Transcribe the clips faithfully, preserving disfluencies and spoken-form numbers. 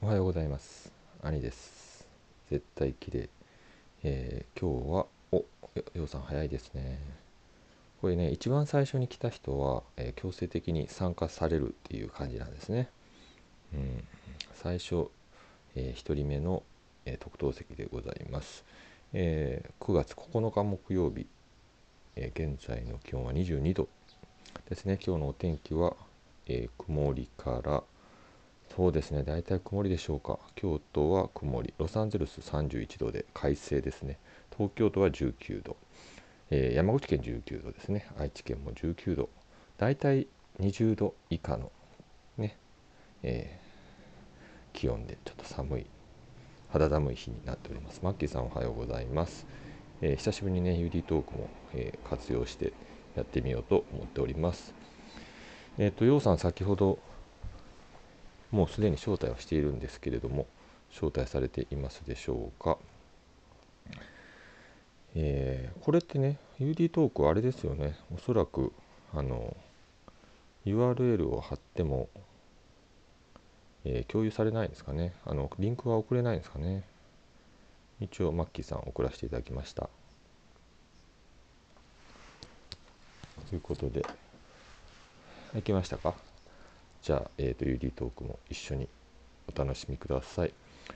おはようございます。兄です。絶対綺麗。えー今日は、お、よようさん早いですね。これね、一番最初に来た人は、えー強制的に参加されるっていう感じなんですね。うん、最初、えー、ひとりめの、えー特等席でございます。えーくがつここのか木曜日、えー現在の気温はにじゅうにどですね。今日のお天気は、えー曇りからそうですね、大体曇りでしょうか。京都は曇り、ロサンゼルスさんじゅういちどで快晴ですね。東京都はじゅうきゅうど、えー山口県じゅうきゅうどですね。愛知県もじゅうきゅうど、大体にじゅうど以下のね、えー気温でちょっと寒い、肌寒い日になっております。マッキーさんおはようございます。えー久しぶりにね、ユーディー トークも、えー活用してやってみようと思っております。えっ、と、ようさん先ほどもうすでに招待はしているんですけれども、招待されていますでしょうか。えーこれってね、ユーディー トークはあれですよね。おそらくあの ユーアールエル を貼っても、えー共有されないんですかね。あのリンクは送れないんですかね。一応マッキーさん送らせていただきました。ということで、いけましたか。じゃあ、えーと、ユーディー トークも一緒にお楽しみください。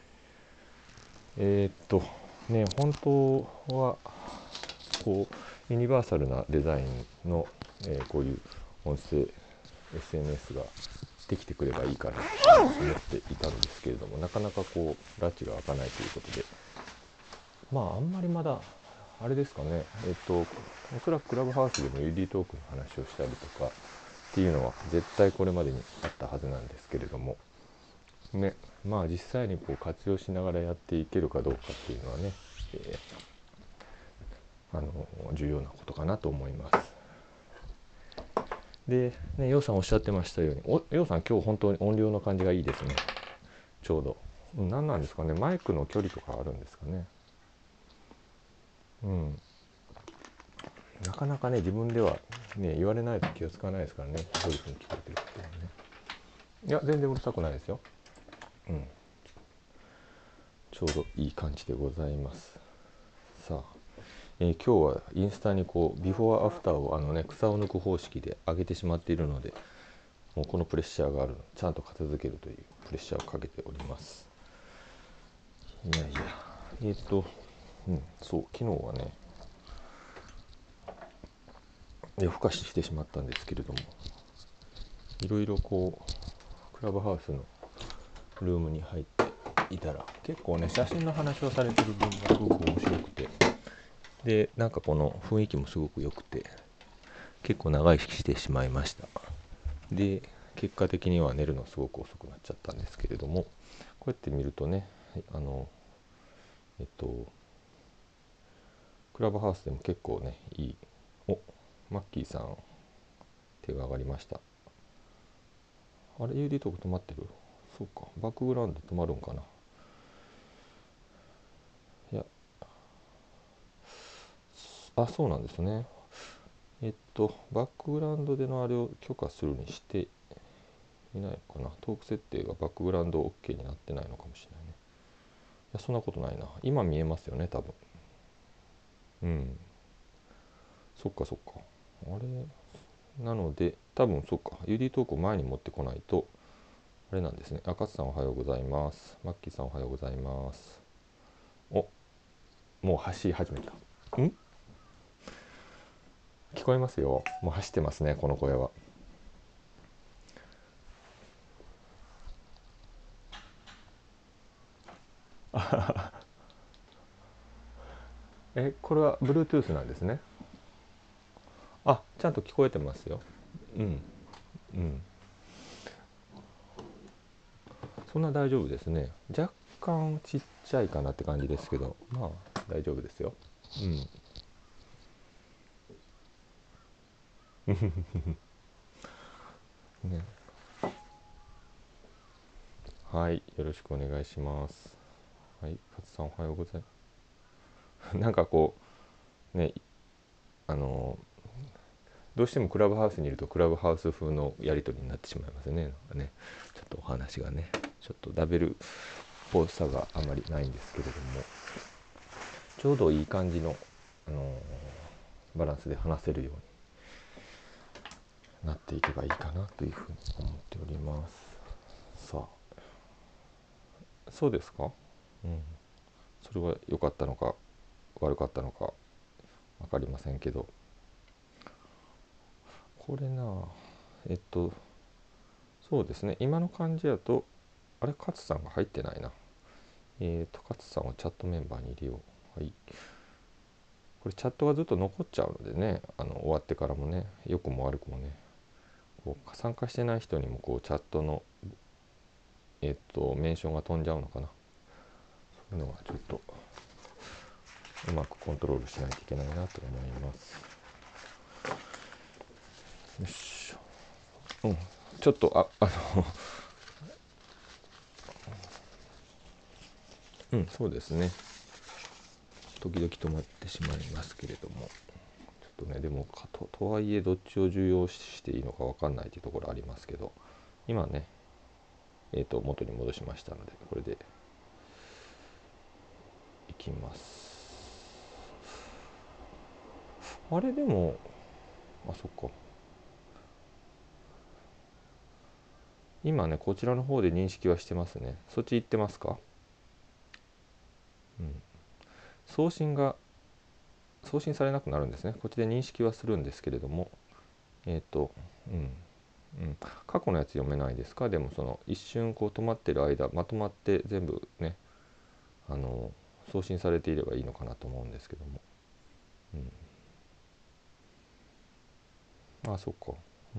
えーっとね、本当はこうユニバーサルなデザインの、えーこういう音声 エスエヌエス ができてくればいいかなと思っていたんですけれども、なかなかこう拉致が開かないということで、まああんまりまだあれですかね、えっとおそらくクラブハウスでも ユーディー トークの話をしたりとかっていうのは絶対これまでにあったはずなんですけれどもね、まあ実際にこう活用しながらやっていけるかどうかっていうのはね、えーあの重要なことかなと思います。で、ね、ようさんおっしゃってましたように、おようさん今日本当に音量の感じがいいですね。ちょうど。何なんですかね、マイクの距離とかあるんですかね。うん。なかなかね、自分ではね、言われないと気がつかないですからね、どういうふうに聞こえてるかっていうのはね。いや、全然うるさくないですよ。うん。ちょうどいい感じでございます。さあ、えー今日はインスタにこう、ビフォーアフターをあのね、草を抜く方式で上げてしまっているので、もうこのプレッシャーがあるの、ちゃんと片付けるというプレッシャーをかけております。いやいや、えっ、と、うん、そう、昨日はね、夜更かししてしまったんですけれども、いろいろこう、クラブハウスのルームに入っていたら、結構ね、写真の話をされてる分がすごく面白くて、で、なんかこの雰囲気もすごく良くて、結構長生きしてしまいました。で、結果的には寝るのすごく遅くなっちゃったんですけれども、こうやって見るとね、あの、えっと、クラブハウスでも結構ね、いい、お、マッキーさん、手が上がりました。あれ、ユーディー トーク止まってる。そうか、バックグラウンド止まるんかな。いや、あ、そうなんですね。えっと、バックグラウンドでのあれを許可するにしていないのかな。トーク設定がバックグラウンド OK になってないのかもしれないね。いや、そんなことないな。今見えますよね、多分。うん。そっかそっか。あれ、なので、多分そっか。ユーディー トークを前に持ってこないと、あれなんですね。あ、勝さんおはようございます。マッキーさんおはようございます。お、もう走り始めた。ん聞こえますよ。もう走ってますね、この声は。え、これは Bluetooth なんですね。あ、ちゃんと聞こえてますよ。うん、うん。そんな大丈夫ですね。若干ちっちゃいかなって感じですけど、まあ大丈夫ですよ。うん。ね。はい、よろしくお願いします。はい、勝さんおはようございます。なんかこう、ね、あの、どうしてもクラブハウスにいるとクラブハウス風のやり取りになってしまいますね。なんかね、ちょっとお話がね、 ちょっとラベルっぽさがあまりないんですけれども、ちょうどいい感じの、あのー、バランスで話せるようになっていけばいいかなというふうに思っております。さあ、そうですか、うん、それは良かったのか悪かったのか分かりませんけど、これなえっとそうですね、今の感じだとあれ勝さんが入ってないな。えっと勝さんをチャットメンバーに入れよう。はい、これチャットがずっと残っちゃうのでね、あの終わってからもね、良くも悪くもね、こう参加してない人にもこうチャットのえっとメンションが飛んじゃうのかな。そういうのはちょっとうまくコントロールしないといけないなと思います。よいしょ、うん、ちょっとああのうんそうですね、時々止まってしまいますけれども、ちょっとね、でもか と, とはいえどっちを重要視していいのか分かんないというところありますけど、今ねえーと元に戻しましたので、これでいきます。あれでもあそっか、今ねこちらの方で認識はしてますね。そっち行ってますか？うん、送信が送信されなくなるんですね。こっちで認識はするんですけれども、えっ、ー、とうんうん、過去のやつ読めないですか？でもその一瞬こう止まってる間まとまって全部ね、あの送信されていればいいのかなと思うんですけども、うん、あそっか、うん、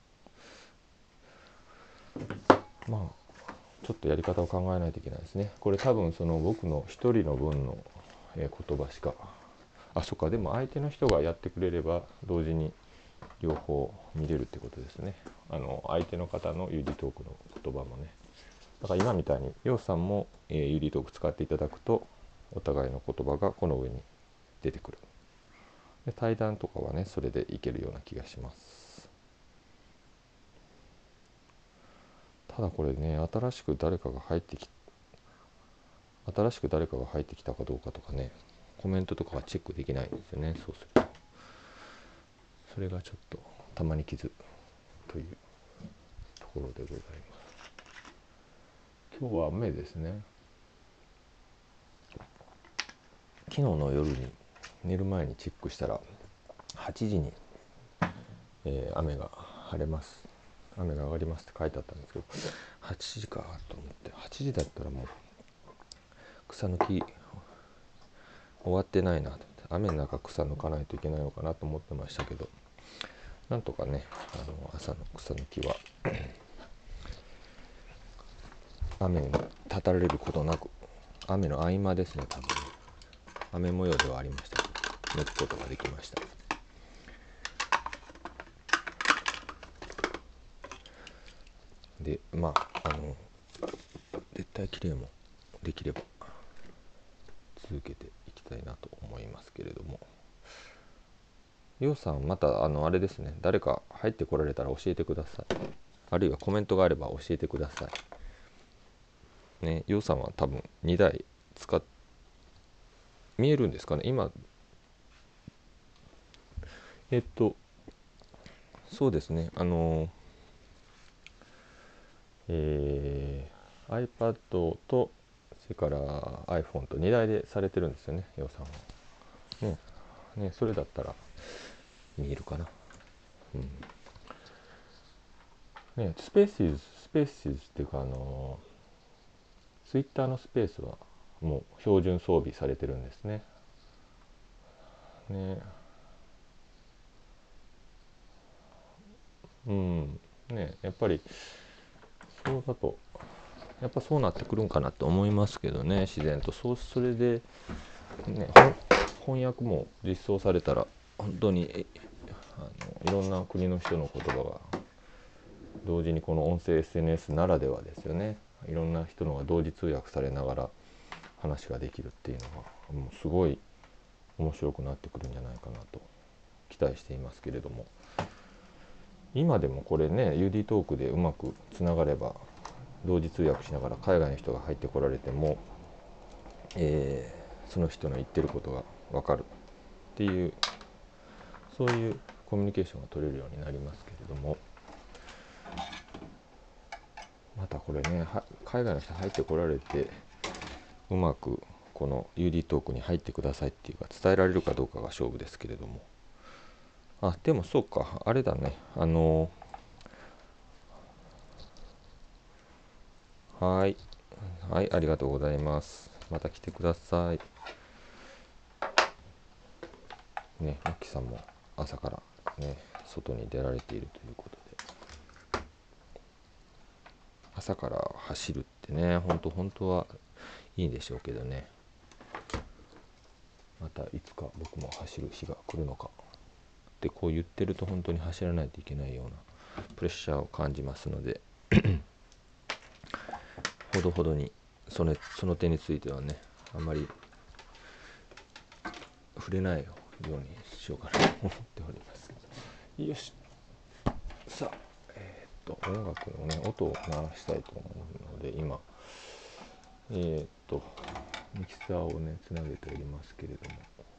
まあちょっとやり方を考えないといけないですね。これ多分その僕の一人の分の言葉しか、あそっか、でも相手の人がやってくれれば同時に両方見れるってことですね。あの相手の方のユーディトークの言葉もね、だから今みたいにヨウさんも、えー、ユーディトーク使っていただくとお互いの言葉がこの上に出てくる。で対談とかはねそれでいけるような気がします。ただこれね、新しく誰かが入ってき新しく誰かが入ってきたかどうかとかね、コメントとかはチェックできないんですよね。そうするとそれがちょっとたまに傷というところでございます。今日は雨ですね。昨日の夜に寝る前にチェックしたらはちじに、えー、雨が晴れます雨が上がりますって書いてあったんですけど、はちじかと思って、はちじだったらもう草抜き終わってないなと思って、雨の中草抜かないといけないのかなと思ってましたけど、なんとかね、あの朝の草抜きは雨にたたられることなく、雨の合間ですね、多分雨模様ではありましたけど抜くことができました。でまああの絶対きれいもできれば続けていきたいなと思いますけれども、ようさんまたあのあれですね、誰か入ってこられたら教えてください。あるいはコメントがあれば教えてくださいね。ようさんは多分にだい使っ見えるんですかね今。えっとそうですね、あのえー、iPad とそれから iPhone とにだいでされてるんですよね、ようさんはね。ね、それだったら見えるかな。うんね、スペーシズスペーシズっていうか、あのツイッターのスペースはもう標準装備されてるんですね。ね、うんね、やっぱりそうだとやっぱそうなってくるんかなと思いますけどね、自然と。そうそれで、ね、翻訳も実装されたら本当にあのいろんな国の人の言葉が同時にこの音声 エスエヌエス ならではですよね。いろんな人のが同時通訳されながら話ができるっていうのがもうすごい面白くなってくるんじゃないかなと期待していますけれども、今でもこれね ユーディー トークでうまくつながれば同時通訳しながら海外の人が入ってこられても、えー、その人の言ってることが分かるっていう、そういうコミュニケーションが取れるようになりますけれども、またこれね、海外の人入ってこられてうまくこの ユーディー トークに入ってくださいっていうか伝えられるかどうかが勝負ですけれども、あ、でもそうか、あれだね、あのはい、はい、ありがとうございます。また来てください。ね、マキさんも朝からね、外に出られているということで、朝から走るってね、本当本当はいいんでしょうけどね、またいつか僕も走る日が来るのかってこう言ってると本当に走らないといけないようなプレッシャーを感じますのでほどほどにその、その点についてはね、あんまり触れないようにしようかなと思っております。よし、さあ、えー、っと音楽のね音を鳴らしたいと思うので、今えー、っとミキサーをねつなげておりますけれども、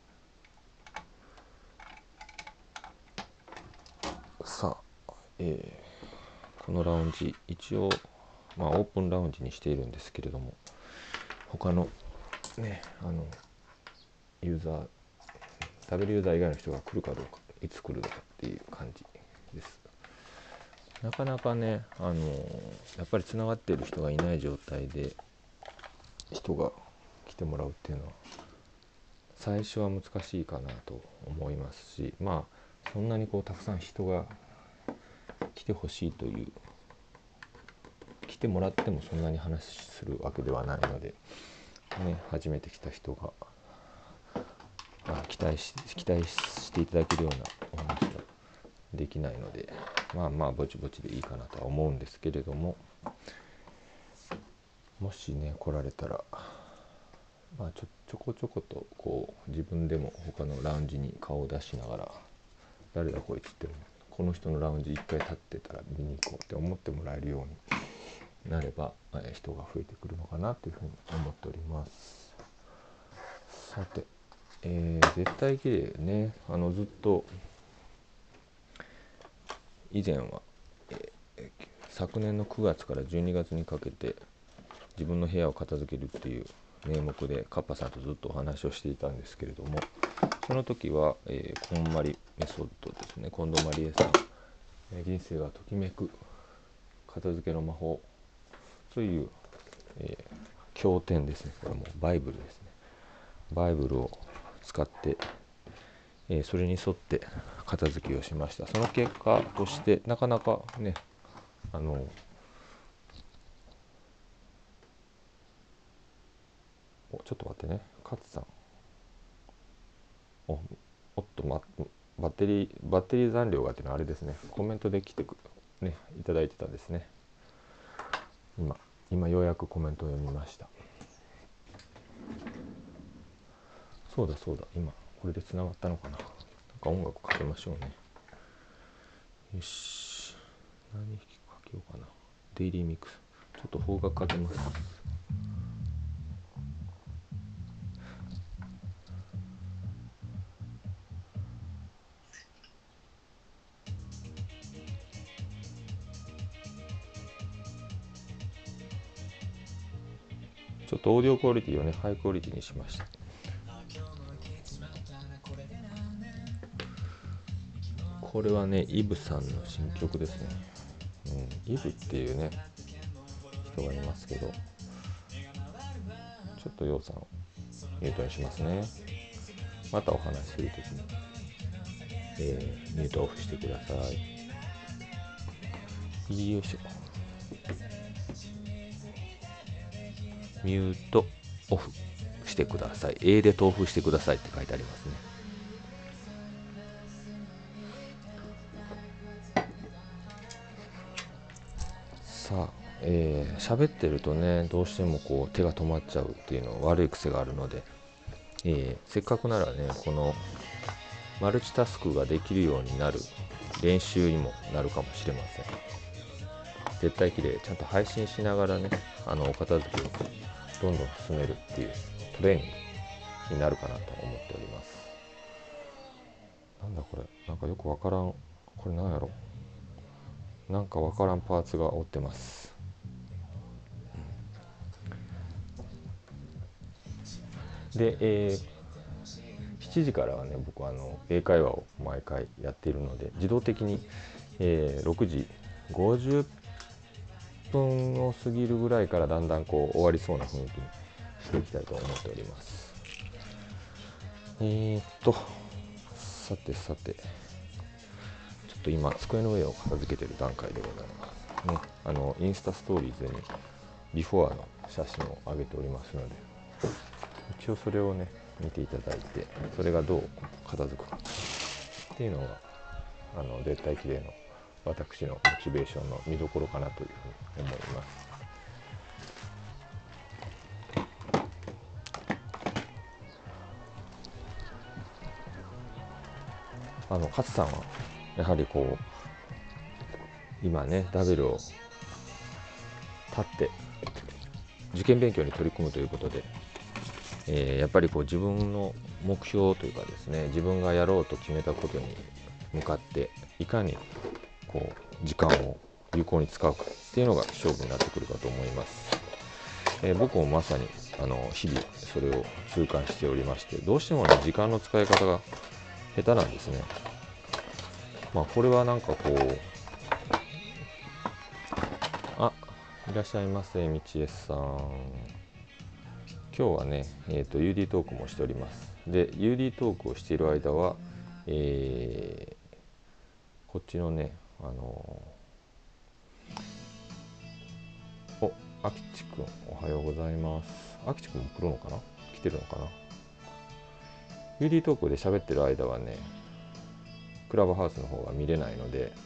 さあ、えー、このラウンジ一応まあオープンラウンジにしているんですけれども、他のねあのユーザー食べるユーザー以外の人が来るかどうか、いつ来るのかっていう感じです。なかなかね、あのやっぱりつながっている人がいない状態で人が来てもらうっていうのは最初は難しいかなと思いますし、まあそんなにこうたくさん人が来てほしいという、来てもらってもそんなに話するわけではないので、ね、初めて来た人があ期待し期待していただけるようなお話はできないので、まあまあぼちぼちでいいかなとは思うんですけれども、もしね来られたら、まあ、ちょちょこちょことこう自分でも他のラウンジに顔を出しながら、誰だこいつってこの人のラウンジ一回立ってたら見に行こうって思ってもらえるようになれば、え人が増えてくるのかなというふうに思っております。さて、えー、絶対綺麗ね、あのずっと以前は、えー、昨年のくがつからじゅうにがつにかけて自分の部屋を片付けるっていう名目でカッパさんとずっとお話をしていたんですけれども、その時は、えー、こんまりメソッドですね、近藤まりえさん、えー、人生がときめく片付けの魔法という、えー、経典ですね。これもバイブルですね。バイブルを使って、えー、それに沿って片付けをしました。その結果としてなかなかね、あのおちょっと待ってね、勝さん、おおっと、ま、バッテリーバッテリー残量がっていうのはあれですね、コメントで来てくねいただいてたんですね。今今ようやくコメントを読みました。そうだそうだ、今これでつながったのかな。なんか音楽かけましょうね。よし、何かけようかな。デイリーミックス、ちょっと邦楽かけます。ちょっとオーディオクオリティをねハイクオリティにしました。これはねイブさんの新曲ですね。うん、イブっていうね人がいますけど、ちょっとヨウさんをミュートにしますね。またお話しするときに、えー、ミュートオフしてください。よいしょ。ミュートオフしてください。 A で豆腐してくださいって書いてありますね。さあ、えー、喋ってるとねどうしてもこう手が止まっちゃうっていうの悪い癖があるので、えー、せっかくならねこのマルチタスクができるようになる練習にもなるかもしれません。 絶対綺麗ちゃんと配信しながらね、あのお片付けをどんどん進めるっていうトレーニングになるかなと思っております。なんだこれ、なんかよくわからん、これなんやろ、なんかわからんパーツが折ってます。で、えー、しちじからはね、僕はあの英会話を毎回やっているので、自動的に、えー、ろくじごじゅっぷんを過ぎるぐらいからだんだんこう終わりそうな雰囲気にしていきたいと思っております。えーっとさてさて、ちょっと今机の上を片付けている段階でございますね。あのインスタストーリーズにビフォアの写真を上げておりますので、一応それをね見ていただいて、それがどう片付くかっていうのがあの絶対綺麗の私のモチベーションの見どころかなというふうに思います。あの勝さんはやはりこう今ねダベルを立って受験勉強に取り組むということで、えー、やっぱりこう自分の目標というかですね、自分がやろうと決めたことに向かっていかにこう時間を有効に使うかっていうのが勝負になってくるかと思います。えー、僕もまさにあの日々それを痛感しておりまして、どうしてもね時間の使い方が下手なんですね。まあこれはなんかこう、あ、いらっしゃいませ、みちえさん。今日はね、えーと、ユーディー トークもしております。で、ユーディー トークをしている間は、えー、こっちのね、あのー、お、あきちくん、おはようございます。あきちくんも来るのかな、来てるのかな。ユーディー トークで喋ってる間はね、クラブハウスの方が見れないので、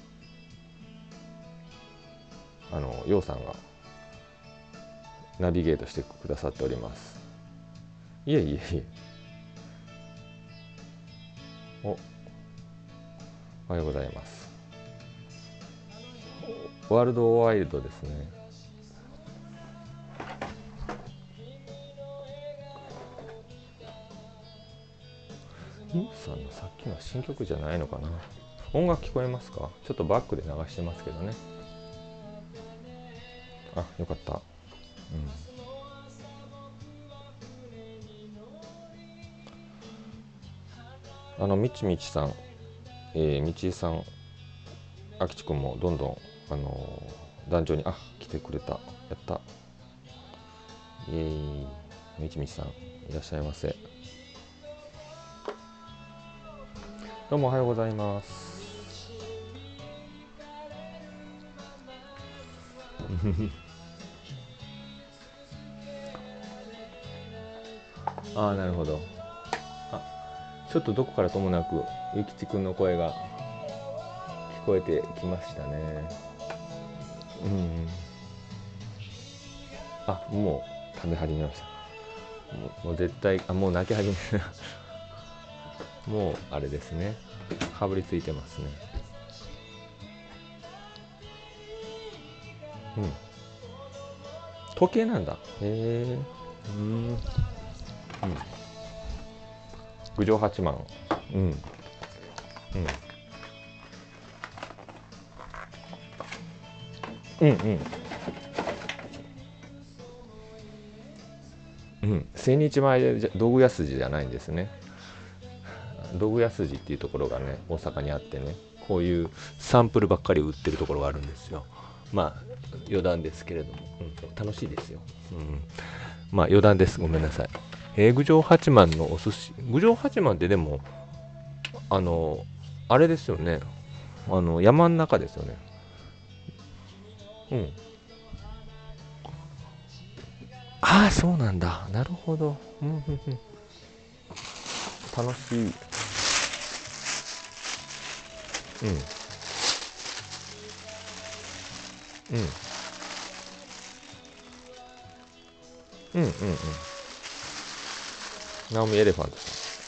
あの、ようさんがナビゲートしてくださっております。いえいえいえ。お、おはようございます。ワールドワイルドですね。ゆうさんのさっきの新曲じゃないのかな。音楽聞こえますか？ちょっとバックで流してますけどね。あ、よかった。うん。あのみちみちさん、えー、みちえさん、あきちくんもどんどんあのー、壇上にあ来てくれた。やった。イエーイ。みちみちさんいらっしゃいませ。どうもおはようございます。ああ、なるほど。あ、ちょっとどこからともなくゆきちくんの声が聞こえてきましたね。うん。あ、もう食べ始めました。もう、もう絶対、あ、もう泣き始める。もうあれですね。かぶりついてますね。うん。時計なんだ。へえ。うん。うん。郡上八幡。うん。うん。うんうん。うん。千日前で道具屋筋じゃないんですね。道具屋筋っていうところがね、大阪にあってね、こういうサンプルばっかり売ってるところがあるんですよ。まあ余談ですけれども、うん、楽しいですよ。うん。まあ余談です。ごめんなさい。えー、郡上八幡のお寿司。郡上八幡ってでも、あの、あれですよね。あの、山の中ですよね。うん。ああ、そうなんだ。なるほど。うん、うん、うん。楽しい。うん。うん。うん、うん、うん。ナオミエレファント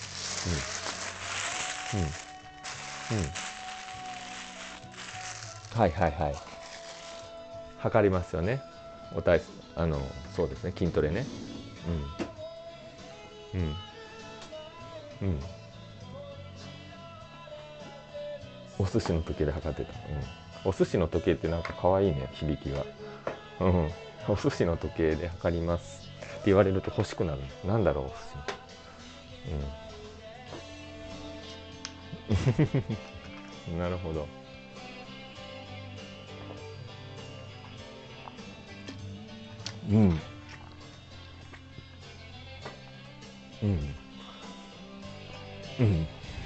さん。うん。うん。うん。はいはいはい。 測りますよね。お体あのそうですね、筋トレね。うんうんうん。お寿司の時計で測ってた。うん。お寿司の時計ってなんか可愛いね、響きが。うん。お寿司の時計で測りますって言われると欲しくなる。なんだろう、お寿司。うん。なるほど。うん。うん。うん。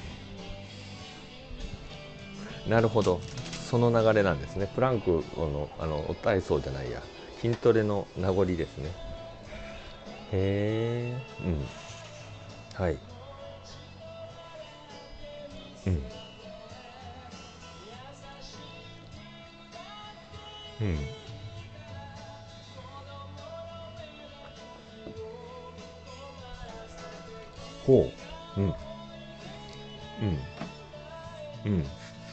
なるほど。その流れなんですね。プランクのあの体操じゃないや。筋トレの名残ですね。へえ。うん。はい。うん。うん。ほう。うん。うん。うん。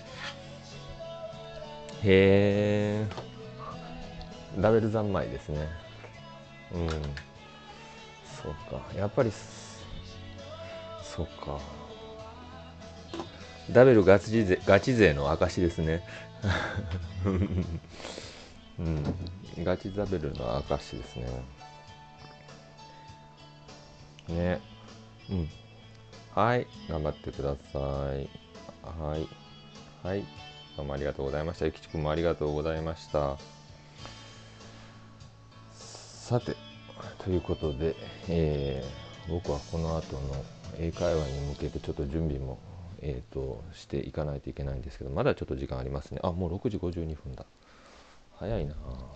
へえ。ラベル三昧ですね。うん。そうか。やっぱりそうか。ダベルガチ勢ガチ勢の証ですね。うん。ガチザベルの証ですね。ね。うん。はい。頑張ってください。はい。はい。どうもありがとうございました。ゆきちくんもありがとうございました。さて、ということで、えー僕はこの後の英会話に向けてちょっと準備も、えー、としていかないといけないんですけど、まだちょっと時間ありますね。あ、もうろくじごじゅうにふんだ。早いな。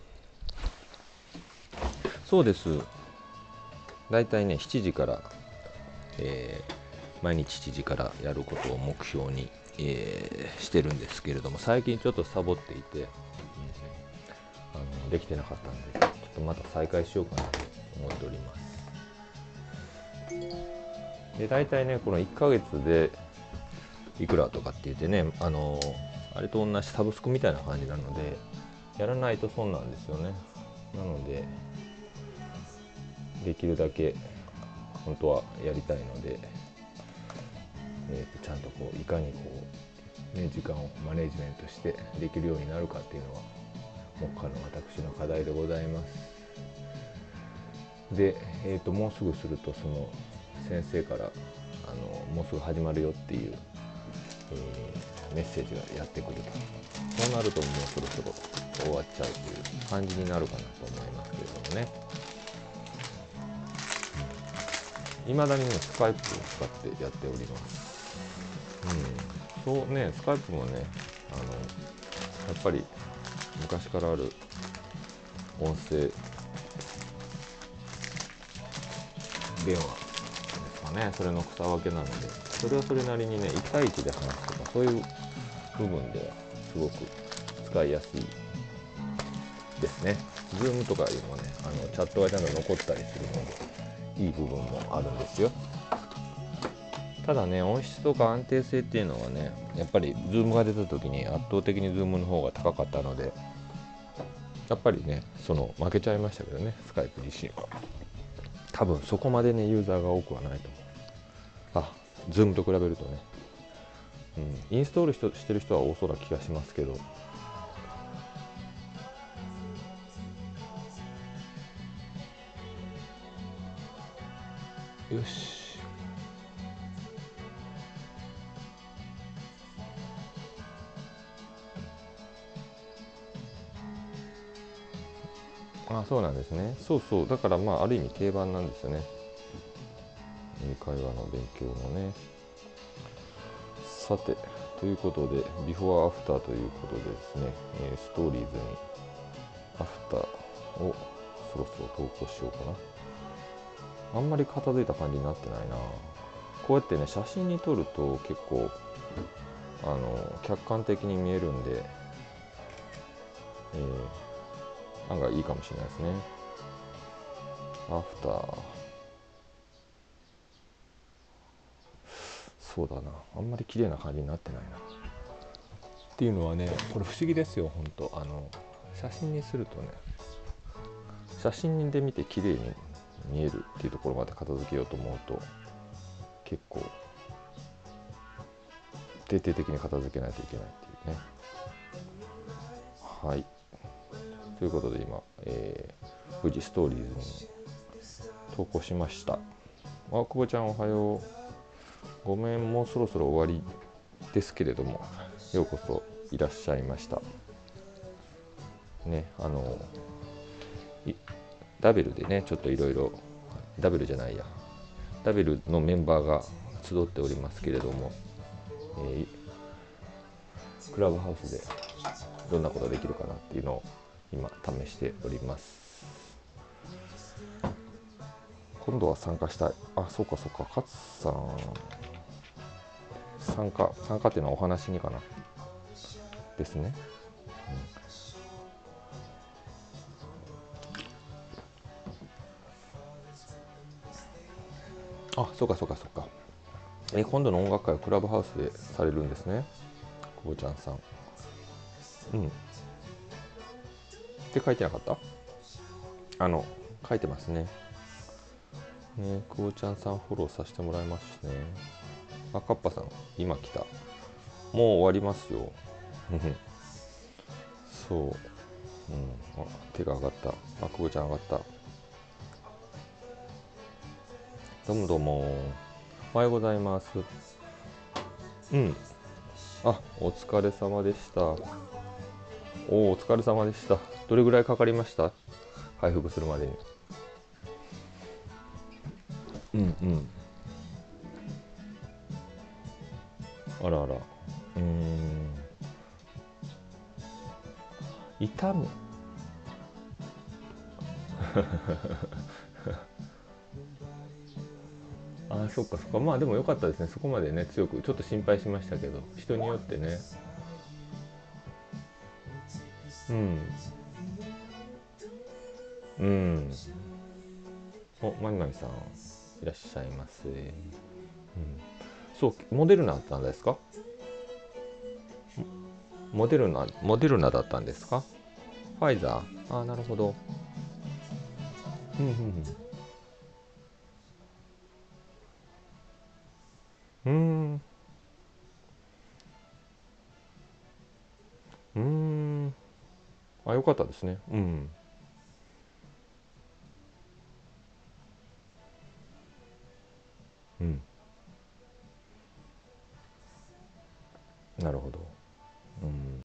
そうです。だいたいね、しちじから、えー毎日しちじからやることを目標に、えーしてるんですけれども、最近ちょっとサボっていて、うん、あのできてなかったんで、ちょっとまた再開しようかなと思っております。で、大体ね、このいっかげつでいくらとかって言ってね、あのあれと同じサブスクみたいな感じなので、やらないと損なんですよね。なので、できるだけ本当はやりたいので、えー、とちゃんとこういかにこう、ね、時間をマネジメントしてできるようになるかっていうのは目下の私の課題でございます。で、えー、ともうすぐするとその先生からあのもうすぐ始まるよっていう、えーメッセージがやってくると。そうなるともうそろそろ終わっちゃうという感じになるかなと思いますけれどもね。いまだにねスカイプを使ってやっております。うん、そうね、スカイプもね、あのやっぱり昔からある音声電話ですかね、それの草分けなので、それはそれなりにね、いち対いちで話すとか、そういう部分ではすごく使いやすいですね。Zoom とかよりもね、あのチャットがちゃんと残ったりするので、いい部分もあるんですよ。ただね、音質とか安定性っていうのはね、やっぱり Zoom が出た時に圧倒的に Zoom の方が高かったので、やっぱりね、その負けちゃいましたけどね、スカイプ自身は。多分そこまでね、ユーザーが多くはないと思う。あ、Zoom と比べるとね、うん、インストールしてる人は多そうな気がしますけど、よし。あ、そうなんですね。そうそう。だからまあ、ある意味定番なんですよね。英会話の勉強もね。さて、ということで、ビフォーアフターということでですね、えーストーリーズにアフターをそろそろ投稿しようかな。あんまり片付いた感じになってないな。こうやってね、写真に撮ると結構、あの、客観的に見えるんで、えー、案外いいかもしれないですね。アフター。そうだな。あんまり綺麗な感じになってないな。っていうのはね、これ不思議ですよ、本当。あの写真にするとね、写真で見て綺麗に見えるっていうところまで片付けようと思うと結構徹底的に片付けないといけないっていうね。はい、ということで今、えー、富士ストーリーズに投稿しました。あ、久保ちゃんおはよう。ごめん、もうそろそろ終わりですけれども、ようこそいらっしゃいましたね。あのダベルでね、ちょっといろいろ、ダベルじゃないやダベルのメンバーが集っておりますけれども、えー、クラブハウスでどんなことができるかなっていうのを今試しております。今度は参加したい。あ、そうかそうか、勝さん参加参加っていうのはお話にかなですね。うん、あ、そうかそうかそうか。え今度の音楽会はクラブハウスでされるんですね、久保ちゃんさん。うん。って書いてなかった？あの書いてますね。ね、久保ちゃんさんフォローさせてもらいますね。あ、カッパさん今来た。もう終わりますよ。そう、うん、あ、手が上がった。あ、久保ちゃん上がった。どうもどうも、おはようございます。うん、あ、お疲れ様でした。おお、お疲れ様でした。どれぐらいかかりました？回復するまでに。うんうん。あらあら。うーん。痛む。あ、そっかそっか。まあでも良かったですね。そこまでね、強く。ちょっと心配しましたけど、人によってね。うん。うん。お、まみまみさん、いらっしゃいませ。うん。そう、モデルナだったんですか？モデルナ、モデルナだったんですか？ファイザー。あ、なるほど。うんうんうん。うーん。うーん。あ、よかったですね。うん。うん。なるほど。うん。